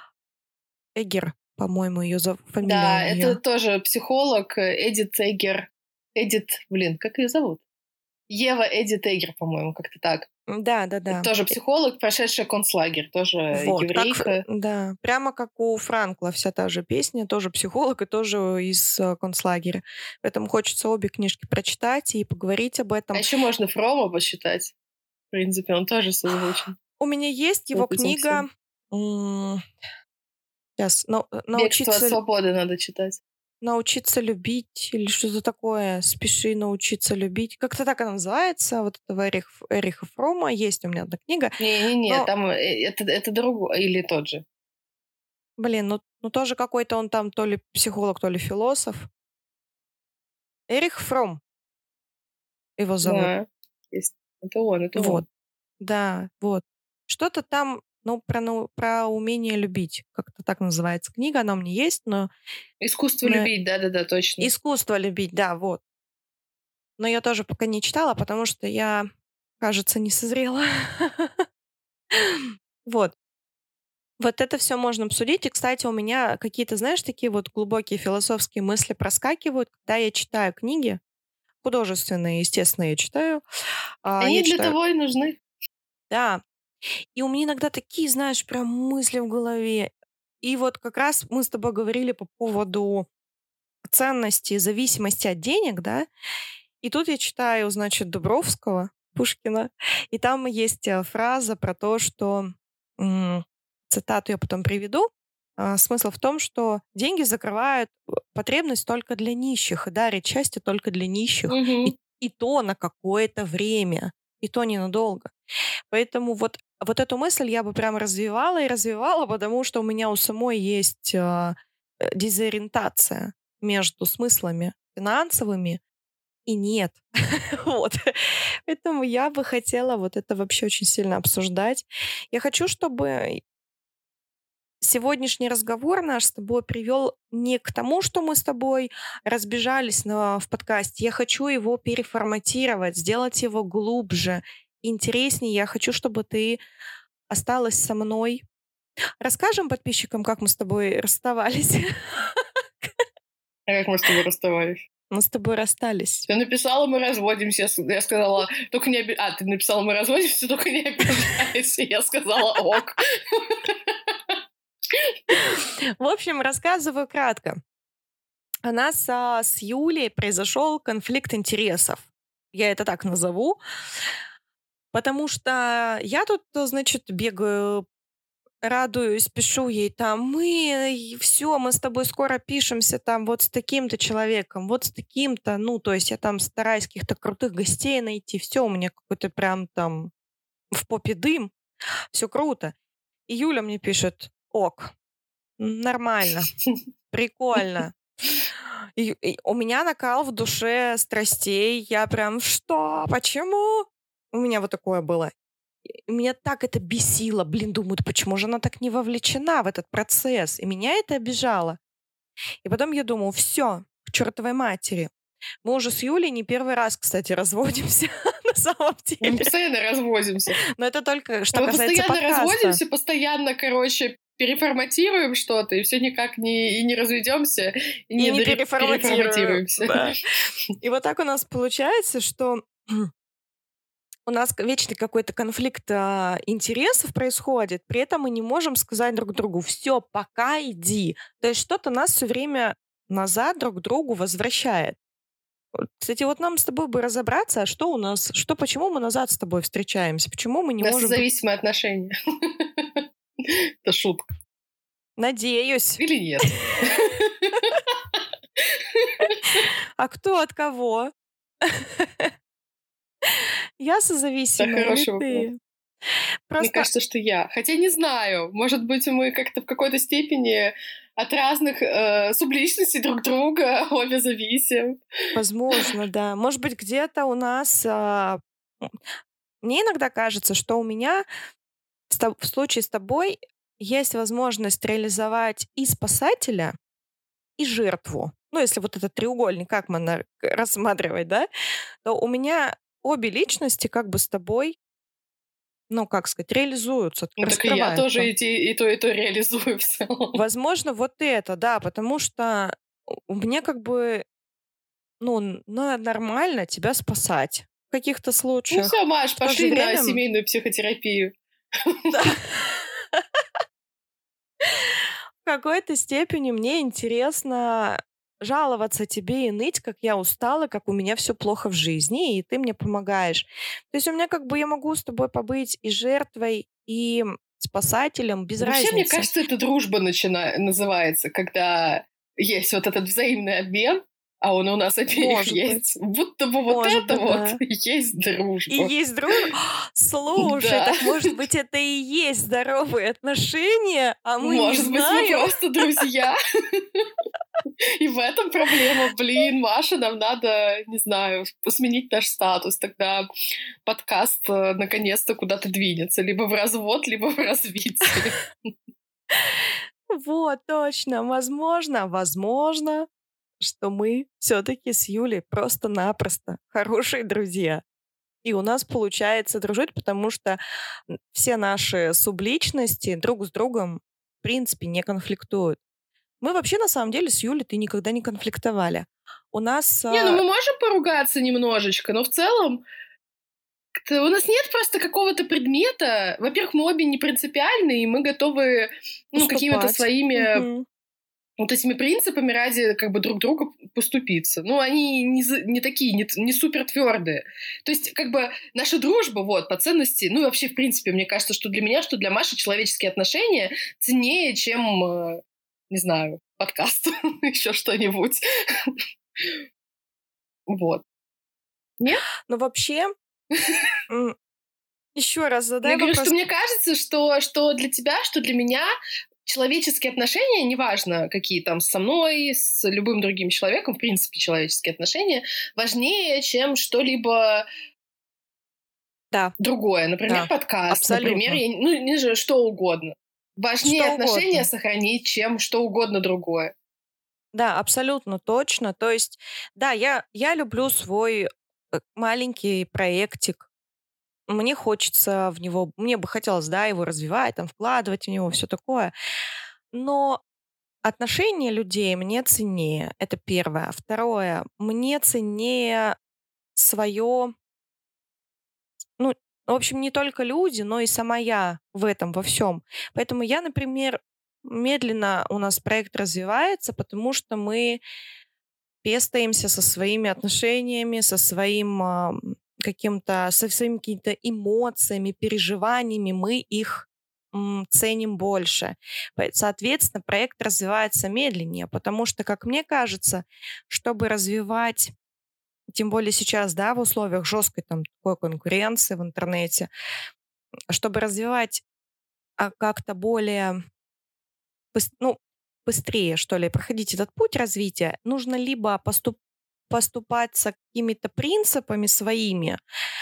Эгер, по-моему, ее фамилия у Да, это нее. тоже психолог э, Эдит Эггер. Эдит, блин, как ее зовут? Ева Эдит Эггер, по-моему, как-то так. Это Да-да-да. тоже Э, психолог, прошедшая концлагерь, тоже Вот, как ф еврейка. да, прямо как у Франкла вся та же песня, тоже психолог и тоже из, э, концлагеря. Поэтому хочется обе книжки прочитать и поговорить об А этом. еще можно Фрома посчитать. В принципе, он тоже созвучен У меня есть его вот этим книга, всем. сейчас «Бегство от "Научиться свободы» надо читать. Научиться любить или что-то такое. "Спеши научиться любить". Как-то так она называется. Вот этого Эрих Эриха Фрома. Есть у меня одна книга. Не-не-не, Но, там э, это, это другой, или тот же. блин, ну ну тоже какой-то он там то ли психолог, то ли философ. Эрих Фром его зовут. Да, есть. Это он, это Вот. он. Да, вот. Что-то там, ну, про нау про умение любить. Как-то так называется книга. Она у меня есть, но «Искусство на любить», да-да-да, точно. искусство любить, да, вот. Но я тоже пока не читала, потому что я, кажется, не созрела. Вот. Вот это все можно обсудить. И, кстати, у меня какие-то, знаешь, такие вот глубокие философские мысли проскакивают, когда я читаю книги. Художественные, естественно, я читаю. А, Они я для читаю, того и нужны. да. И у меня иногда такие, знаешь, прям мысли в голове. И вот как раз мы с тобой говорили по поводу ценности, зависимости от денег, да. И тут я читаю, значит, Дубровского, Пушкина, и там есть э, фраза про то, что, м, цитату я потом приведу, а, смысл в том, что деньги закрывают э, потребность только для нищих и дарят счастье только для нищих, Мгм. и, и то на какое-то время, и то ненадолго. Поэтому вот, вот эту мысль я бы прям развивала и развивала, потому что у меня у самой есть а, э, дезориентация между смыслами финансовыми и нет. Вот. Поэтому я бы хотела вот это вообще очень сильно обсуждать. Я хочу, чтобы сегодняшний разговор наш с тобой привел не к тому, что мы с тобой разбежались на, в подкасте. Я хочу его переформатировать, сделать его глубже, интереснее. Я хочу, чтобы ты осталась со мной. Расскажем подписчикам, как мы с тобой расставались. А как мы с тобой расставались? Мы с тобой расстались. Я написала, мы разводимся. Я с- Я сказала, только не обижайся. А, ты написала, мы разводимся, только не обижайся. Я сказала, ок. В общем, рассказываю кратко. У нас а, с Юлей произошел конфликт интересов. Я это так назову. Потому что я тут, э, значит, бегаю, радуюсь, пишу ей там, мы, все, мы с тобой скоро пишемся там вот с таким-то человеком, вот с таким-то, ну, то есть я там стараюсь каких-то крутых гостей найти, все у меня какой-то прям там в попе дым, все круто. И Юля мне пишет, ок, нормально, прикольно. И, и у меня накал в душе страстей. Я прям, что? Почему? У меня вот такое было. И меня так это бесило. Блин, думаю, да почему же она так не вовлечена в этот процесс? И меня это обижало. И потом я думаю, все, к чертовой матери. Мы уже с Юлей не первый раз, кстати, разводимся на самом Мы деле. постоянно разводимся. Но это только что Мы касается постоянно подкаста. разводимся, постоянно, короче, переформатируем что-то, и все никак не, и не разведемся, и И не, не дори- переформатируем. переформатируемся. Да. И вот так у нас получается, что у нас к- вечный какой-то конфликт а, интересов происходит, при этом мы не можем сказать друг другу, все, пока иди. То есть что-то нас все время назад друг к другу возвращает. Вот, кстати, вот нам с тобой бы разобраться, а что у нас, что, почему мы назад с тобой встречаемся, почему мы не У нас можем быть... зависимые отношения. Это шутка. Надеюсь. Или нет? А кто от кого? Я Это созависимая или хороший вопрос. ты? Мне Просто, кажется, что я. Хотя не знаю. Может быть, мы как-то в какой-то степени от разных э, субличностей друг друга обе зависим. возможно, да. Может быть, где-то у нас... а, м, Мне иногда кажется, что у меня с тоб- в случае с тобой есть возможность реализовать и спасателя, и жертву. Ну, если вот этот треугольник, как мы на- к- рассматривать, да, то у меня обе личности как бы с тобой, ну, как сказать, реализуются, Ну так и я раскрываются. тоже и, те- и то, и то реализую в целом. Возможно, вот это, да, потому что у у меня как бы, ну, н- ну, нормально тебя спасать в каких-то Ну случаях. все, Маш, В то же пошли на время, семейную психотерапию. да, в какой-то степени мне интересно жаловаться тебе и ныть, как я устала, как у меня все плохо в жизни, и ты мне помогаешь. То есть у меня как бы я могу с тобой побыть и жертвой, и спасателем без Вообще, мне разницы. кажется, это дружба начина... называется, когда есть вот этот взаимный обмен, а он у нас обеих Может быть, есть. Будто бы вот может это быть, вот да. есть И дружба. есть дружба. Слушай, Да. так может быть это и есть здоровые отношения, а мы не Может быть, мы знаем? просто друзья. И в этом проблема. Блин, Маша, нам надо, не знаю, сменить наш статус. Тогда подкаст э, наконец-то куда-то двинется. Либо в развод, либо в развитие. Вот, точно. Возможно, возможно, что мы все-таки с Юлей просто-напросто хорошие друзья. И у нас получается дружить, потому что м, все наши субличности друг с другом, в принципе, не конфликтуют. Мы вообще, на самом деле, с Юлей-то никогда не конфликтовали. У нас... Не, ну а, мы можем поругаться немножечко, но в целом как-то у нас нет просто какого-то предмета. Во-первых, мы обе не принципиальны, и мы готовы, ну, какими-то уступать. своими Мгм. вот этими принципами ради как бы друг друга поступиться. Ну, они не, за- не такие, не, т- не супер твердые. То есть, как бы, наша дружба, вот, по ценности, ну, и вообще, в принципе, мне кажется, что для меня, что для Маши человеческие отношения ценнее, чем, э, не знаю, подкаст, еще что-нибудь. Вот. Нет? Но вообще, еще раз Ну, я задай говорю, что вопрос. мне кажется, что, что для тебя, что для меня человеческие отношения, неважно, какие там со мной, с любым другим человеком, в принципе, человеческие отношения, важнее, чем что-либо Да, другое. Например, да, подкаст, например, абсолютно. я, ну, не знаю, что угодно. Важнее Что отношения угодно. сохранить, чем что угодно другое. Да, абсолютно точно. То есть, да, я, я люблю свой э, маленький проектик. Мне хочется в него, мне бы хотелось, да, его развивать, там, вкладывать в него, все такое. Но отношения людей мне ценнее. Это первое. А второе, мне ценнее свое, ну, в общем, не только люди, но и сама я в этом во всем. Поэтому я, например, медленно у нас проект развивается, потому что мы пестаемся со своими отношениями, со своим ам, каким-то, со своими какими-то эмоциями, переживаниями, мы их м, ценим больше. Пое- Соответственно, проект развивается медленнее, потому что, как мне кажется, чтобы развивать, тем более сейчас, да, в условиях жесткой там такой конкуренции в интернете, чтобы развивать а, как-то более быс- ну, быстрее, что ли, проходить этот путь развития, нужно либо поступ поступаться какими-то принципами своими,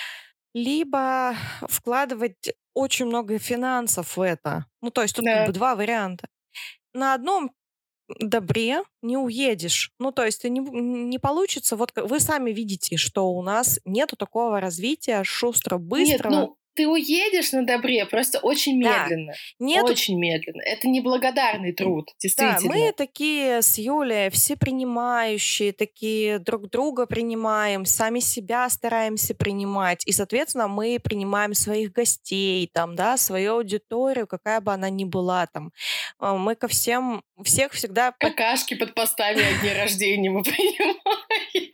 либо вкладывать очень много финансов в это. Ну, то есть тут как бы Да. два варианта. На одном добре не уедешь. Ну, то есть ты не, не получится. Вот как- вы сами видите, что у нас нету такого развития Нет, шустро-быстрого. ну, ты уедешь на добре, просто очень Да, медленно. нету. Очень медленно. Это неблагодарный труд, Да, мы действительно. такие с Юлей все принимающие, такие друг друга принимаем, сами себя стараемся принимать. И, соответственно, мы принимаем своих гостей, там, да, свою аудиторию, какая бы она ни была там. А, Мы ко всем, всех всегда, ну, Какашки под постами о дне рождения мы принимаем.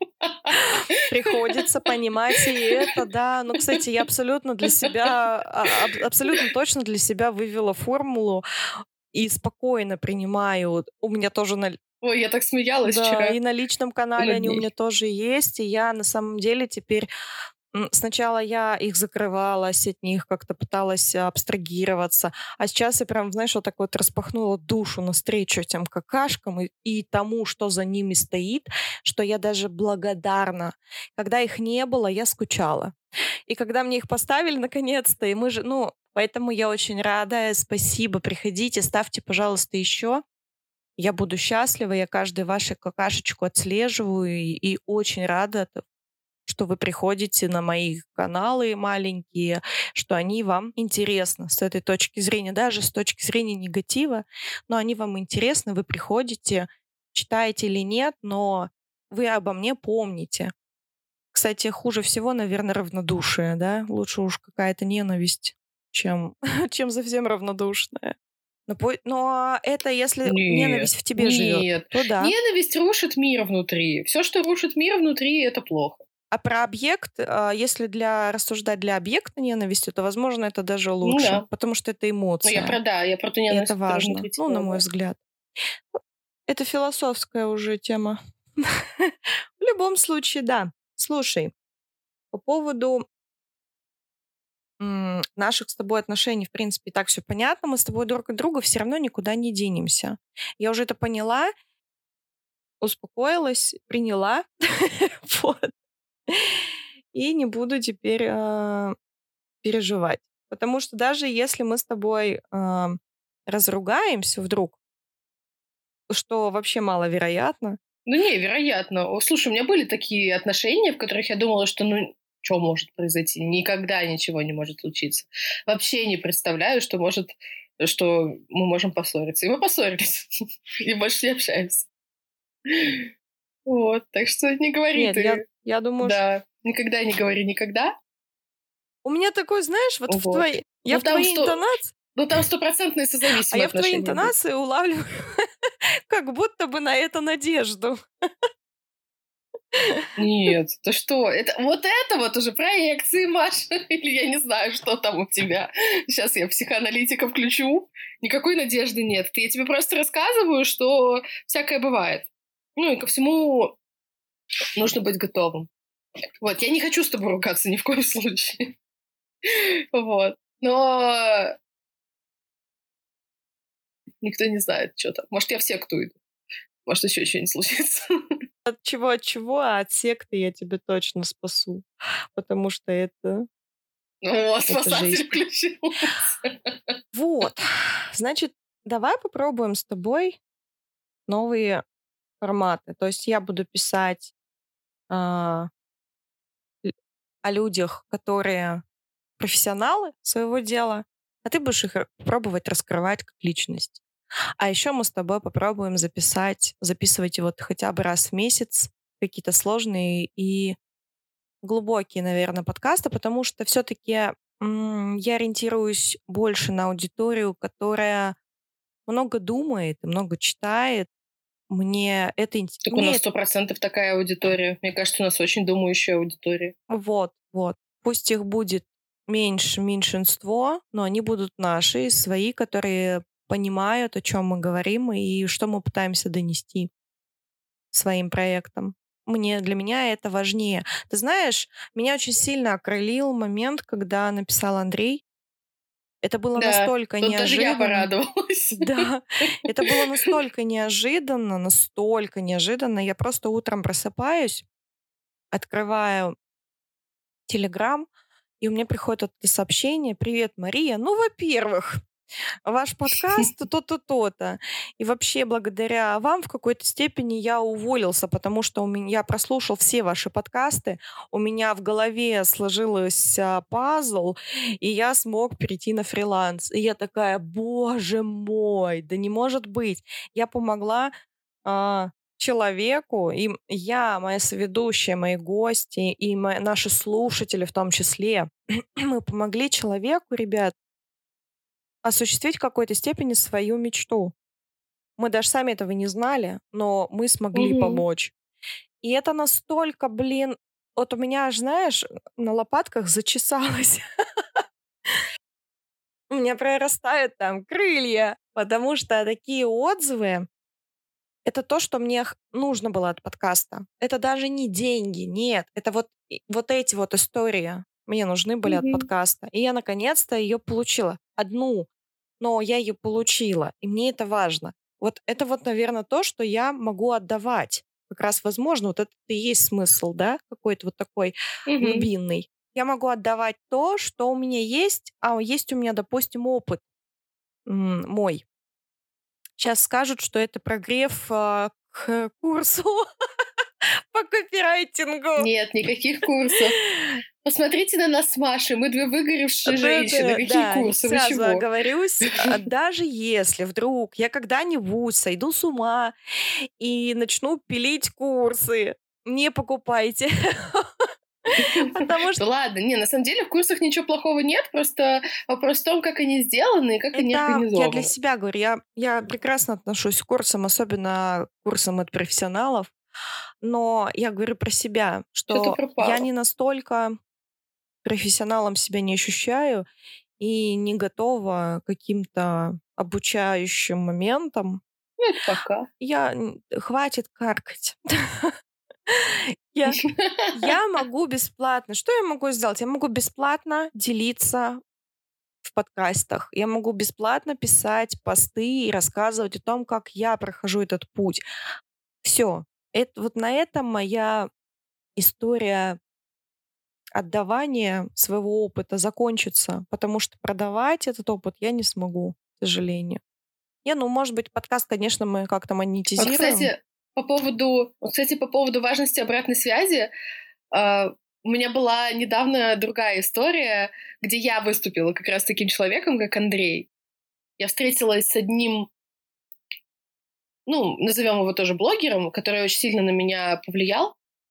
приходится понимать и это, да. Но, кстати, я абсолютно для себя, а, аб- абсолютно точно для себя вывела формулу и спокойно принимаю. У меня тоже на Ой, я так смеялась Да, вчера и на личном канале над они у меня ней. тоже есть. И я на самом деле теперь м, сначала я их закрывалась от них, как-то пыталась а, абстрагироваться. А сейчас я прям, знаешь, вот так вот распахнула душу навстречу этим какашкам и, и тому, что за ними стоит, что я даже благодарна. Когда их не было, я скучала. И когда мне их поставили наконец-то, и мы же, ну, поэтому я очень рада. Спасибо, приходите, ставьте, пожалуйста, еще. Я буду счастлива, я каждую вашу какашечку отслеживаю и, и очень рада, т- что вы приходите на мои каналы маленькие, что они вам интересны с этой точки зрения, даже с точки зрения негатива, но они вам интересны, вы приходите, читаете или нет, но вы обо мне помните. Кстати, хуже всего, наверное, равнодушие, да? Лучше уж какая-то ненависть, чем, чем совсем равнодушная. Но, по- но это если Нет, ненависть в тебе живет, нет. то да. Ненависть рушит мир внутри. Все, что рушит мир внутри, это плохо. А про объект, а, если для рассуждать для объекта ненависти, то, возможно, это даже Ну лучше, да. потому что это Ну я эмоция, про да, я про ту и это ненависть, которая важно. внутри Ну, на тебя, мой да. взгляд. Это философская уже тема. В любом случае, да. Слушай, по поводу м, наших с тобой отношений, в принципе, и так все понятно. Мы с тобой друг от друга все равно никуда не денемся. Я уже это поняла, успокоилась, приняла. Вот. И не буду теперь а, переживать. Потому что даже если мы с тобой ам, разругаемся вдруг, что вообще маловероятно, Ну не, вероятно. О, слушай, у меня были такие отношения, в которых я думала, что ну что может произойти? Никогда ничего не может случиться. Вообще не представляю, что может, что мы можем поссориться. И мы поссорились. И больше не общаемся. Вот, так что не говори Нет, я, ты. я думаю, ш- Да, никогда не говори никогда. у меня такой, знаешь, вот в Вот. твоей... Я Ну в там твоей сто, интонации, ну там стопроцентные а созависимые я в твоей отношения были. интонации улавливаю как будто бы на это надежду. Нет, ты что? Это, вот это вот уже проекции, Маша. Или я не знаю, что там у тебя. Сейчас я психоаналитика включу. Никакой надежды нет. Я тебе просто рассказываю, что всякое бывает. Ну и ко всему нужно быть готовым. Вот, я не хочу с тобой ругаться ни в коем случае. Вот. Но никто не знает, что там. Может, я в секту иду. Может, еще что-нибудь случится. От чего, от чего, а от секты я тебя точно спасу. Потому что это, О, это спасатель жесть. включился. Вот. Значит, давай попробуем с тобой новые форматы. То есть я буду писать а, л- о людях, которые профессионалы своего дела, а ты будешь их р- пробовать раскрывать как личность. А еще мы с тобой попробуем записать, записывать вот хотя бы раз в месяц какие-то сложные и глубокие, наверное, подкасты, потому что все-таки я ориентируюсь больше на аудиторию, которая много думает и много читает. Мне это, инт- Так у мне нас это- сто процентов такая аудитория. Мне кажется, у нас очень думающая аудитория. вот, вот. Пусть их будет меньше, меньшинство, но они будут наши, свои, которые понимают, о чем мы говорим и что мы пытаемся донести своим проектом. Мне, для меня это важнее. Ты знаешь, меня очень сильно окрылил момент, когда написал Андрей. Это было Да, настолько тут даже я неожиданно. порадовалась. Да, это было настолько неожиданно, настолько неожиданно. Я просто утром просыпаюсь, открываю Телеграм, и у меня приходит это сообщение: «Привет, Мария. Ну, во-первых, ваш подкаст то-то, то-то. И вообще, благодаря вам в какой-то степени я уволился, потому что у меня я прослушал все ваши подкасты, у меня в голове сложился пазл, и я смог перейти на фриланс». И я такая: боже мой, да не может быть. Я помогла а, человеку, и м- я, моя соведущая, мои гости и мо- наши слушатели в том числе, мы помогли человеку, ребят, осуществить в какой-то степени свою мечту. Мы даже сами этого не знали, но мы смогли Мгм. помочь. И это настолько, блин, вот у меня аж, знаешь, на лопатках зачесалось. У меня прорастают там крылья, потому что такие отзывы — это то, что мне х- нужно было от подкаста. Это даже не деньги, нет. Это вот, и- вот эти вот истории мне нужны были от Мгм. подкаста. И я наконец-то ее получила. Одну, но я ее получила, и мне это важно. Вот это вот, наверное, то, что я могу отдавать. Как раз, возможно, вот это и есть смысл, да, какой-то вот такой Мгм. глубинный. Я могу отдавать то, что у меня есть, а есть у меня, допустим, опыт м, мой. Сейчас скажут, что это прогрев а, к курсу по копирайтингу. Нет, никаких курсов. Посмотрите на нас с Машей. Мы две выгоревшие женщины. Да-да, Какие да, курсы? Вы сразу чего? оговорюсь, а, даже если вдруг я когда-нибудь сойду с ума и начну пилить курсы, не покупайте. Потому что Да ладно, не, на самом деле в курсах ничего плохого нет, просто вопрос в том, как они сделаны и как они это я для организованы. себя говорю, я, я прекрасно отношусь к курсам, особенно к курсам от профессионалов, но я говорю про себя, Что-то что я пропало. не настолько профессионалом себя не ощущаю и не готова к каким-то обучающим моментам. Ну, это пока. Я н- хватит каркать. Я, я могу бесплатно. Что я могу сделать? Я могу бесплатно делиться в подкастах. Я могу бесплатно писать посты и рассказывать о том, как я прохожу этот путь. Все. Это, вот на этом моя история отдавания своего опыта закончится, потому что продавать этот опыт я не смогу, к сожалению. Не, ну, может быть, подкаст, конечно, мы как-то Вот, монетизируем. кстати, По поводу, вот, кстати, по поводу важности обратной связи, э, у меня была недавно другая история, где я выступила как раз таким человеком, как Андрей. Я встретилась с одним, ну, назовем его тоже блогером, который очень сильно на меня повлиял,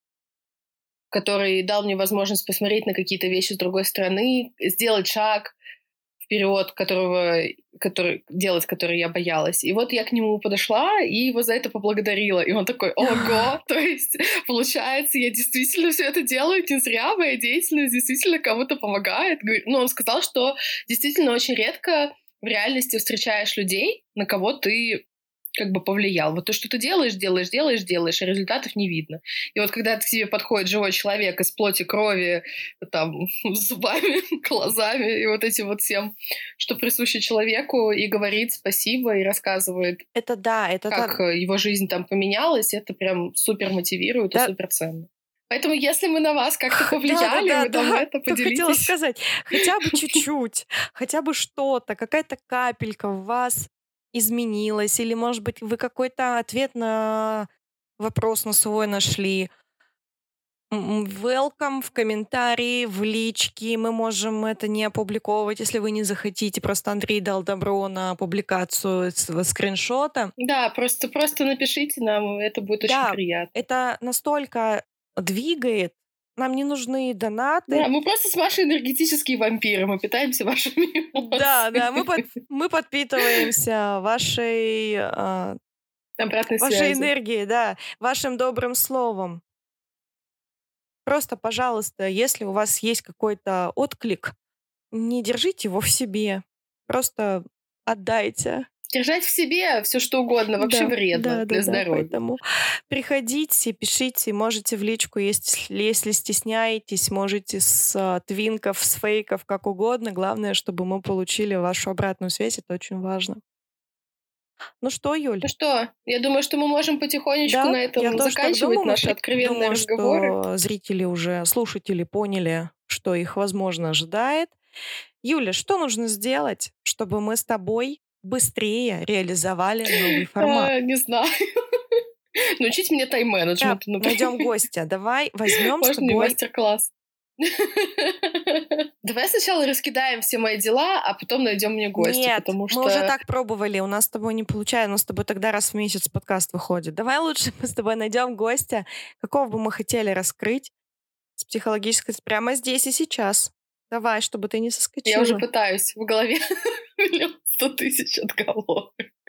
который дал мне возможность посмотреть на какие-то вещи с другой стороны, сделать шаг вперед, которого, который, делать который я боялась. И вот я к нему подошла и его за это поблагодарила. И он такой: ого! То есть, получается, я действительно все это делаю не зря, моя деятельность действительно кому-то помогает. Ну, он сказал, что действительно очень редко в реальности встречаешь людей, на кого ты как бы повлиял. Вот то, что ты делаешь, делаешь, делаешь, делаешь, а результатов не видно. И вот когда к тебе подходит живой человек из плоти, крови, там, с зубами, глазами и вот этим вот всем, что присуще человеку, и говорит спасибо, и рассказывает, Это да, это как так. его жизнь там поменялась, это прям супер мотивирует Да. и супер ценно. Поэтому если мы на вас как-то Да, повлияли, да, вы там да, это только хотела поделитесь. сказать, хотя бы чуть-чуть, хотя бы что-то, какая-то капелька в вас изменилась, или, может быть, вы какой-то ответ на вопрос на свой нашли. М, Welcome в комментарии, в личке. Мы можем это не опубликовывать, если вы не захотите. Просто Андрей дал добро на публикацию с- в скриншота. Да, просто, просто напишите нам, это будет очень Да, приятно. это настолько двигает. Нам не нужны донаты. Да, мы просто с Машей энергетические вампиры, мы питаемся вашими Да, да, мы, под- эмоциями, мы подпитываемся вашей, а, обратной вашей связи. энергией, да, вашим добрым словом. Просто, пожалуйста, если у вас есть какой-то отклик, не держите его в себе. Просто отдайте. Держать в себе все что угодно вообще Да, вредно да, да, для да. здоровья. Поэтому приходите, пишите, можете в личку, если, если стесняетесь, можете с а, твинков, с фейков, как угодно. Главное, чтобы мы получили вашу обратную связь. Это очень важно. Ну что, Юль? Ну что, я думаю, что мы можем потихонечку Да, на я этом тоже так заканчивать думаю. Мы, в наши принципе, откровенные думаю, разговоры. что зрители уже, слушатели поняли, что их, возможно, ожидает. Юля, что нужно сделать, чтобы мы с тобой быстрее реализовали новый формат? А, Не знаю. Научите меня Да, тайм-менеджменту, найдем например. гостя. Давай возьмем с Можно мне тобой. мастер-класс? Давай сначала раскидаем все мои дела, а потом найдем мне гостя, Нет, потому мы уже что так пробовали, у нас с тобой не получается, у нас с тобой тогда раз в месяц подкаст выходит. Давай лучше мы с тобой найдем гостя, какого бы мы хотели раскрыть с психологической прямо здесь и сейчас. Давай, чтобы ты не я уже соскочила. пытаюсь в голове миллион сто тысяч отговорок.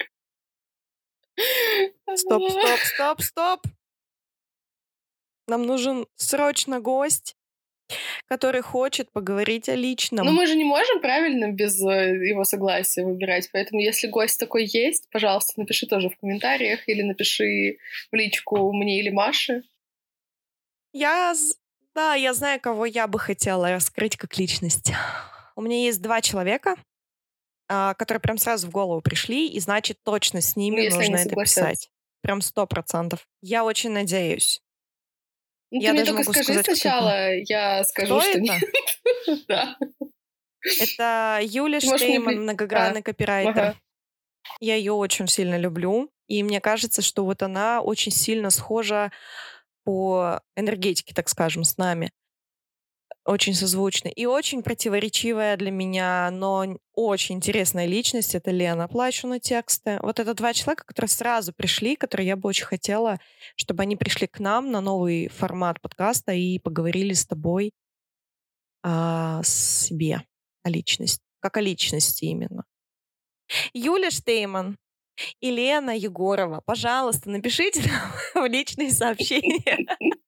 Стоп, стоп, стоп, стоп. Нам нужен срочно гость, который хочет поговорить о Но личном. мы же не можем правильно без э, его согласия выбирать, поэтому если гость такой есть, пожалуйста, напиши тоже в комментариях или напиши в личку мне или Маше. Я, з- да, я знаю, кого я бы хотела раскрыть как личность. У меня есть два человека, а, которые прям сразу в голову пришли, и значит точно с Ну, ними если нужно они это согласятся. писать. Прям сто процентов. Я очень надеюсь. Ну, Я ты мне даже только могу скажи сказать, кто это. сначала, я скажу, Кто что это? нет. Да. Это Юля Ты можешь мне... Штейман, при- многогранный копирайтер. Ага. Я ее очень сильно люблю, и мне кажется, что вот она очень сильно схожа по энергетике, так скажем, с нами. Очень созвучны. И очень противоречивая для меня, но н- очень интересная личность — это Лена Плачу на тексты. Вот это два человека, которые сразу пришли, которые я бы очень хотела, чтобы они пришли к нам на новый формат подкаста и поговорили с тобой о себе, о личности, как о личности именно. Юля Штейман и Лена Егорова, пожалуйста, напишите нам в личные сообщения,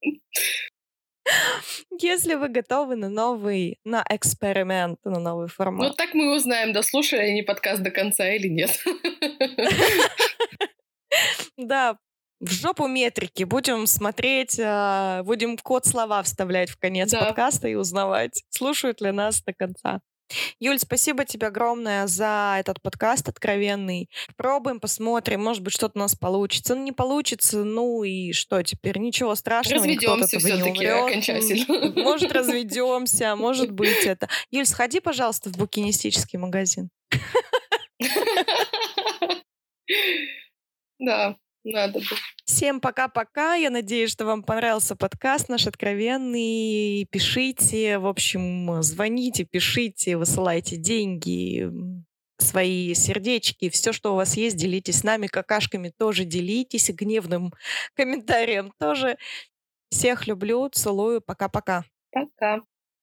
если вы готовы на новый, на эксперимент, на новый Ну, формат. так мы узнаем, дослушали они подкаст до конца или нет. Да, в жопу метрики. Будем смотреть, а, будем код слова вставлять в конец Да. подкаста и узнавать, слушают ли нас до конца. Юль, спасибо тебе огромное за этот подкаст откровенный. Пробуем, посмотрим, может быть, что-то у нас получится. Ну, не получится, ну и что теперь? Ничего страшного, никто от Разведемся этого не все-таки умрет. окончательно. Может, разведемся, может быть это. Юль, сходи, пожалуйста, в букинистический магазин. Да, надо бы. Всем пока-пока. Я надеюсь, что вам понравился подкаст наш откровенный. Пишите, в общем, звоните, пишите, высылайте деньги, м, свои сердечки, все, что у вас есть, делитесь с нами. Какашками тоже делитесь, гневным комментарием тоже. Всех люблю, целую. Пока-пока. Пока.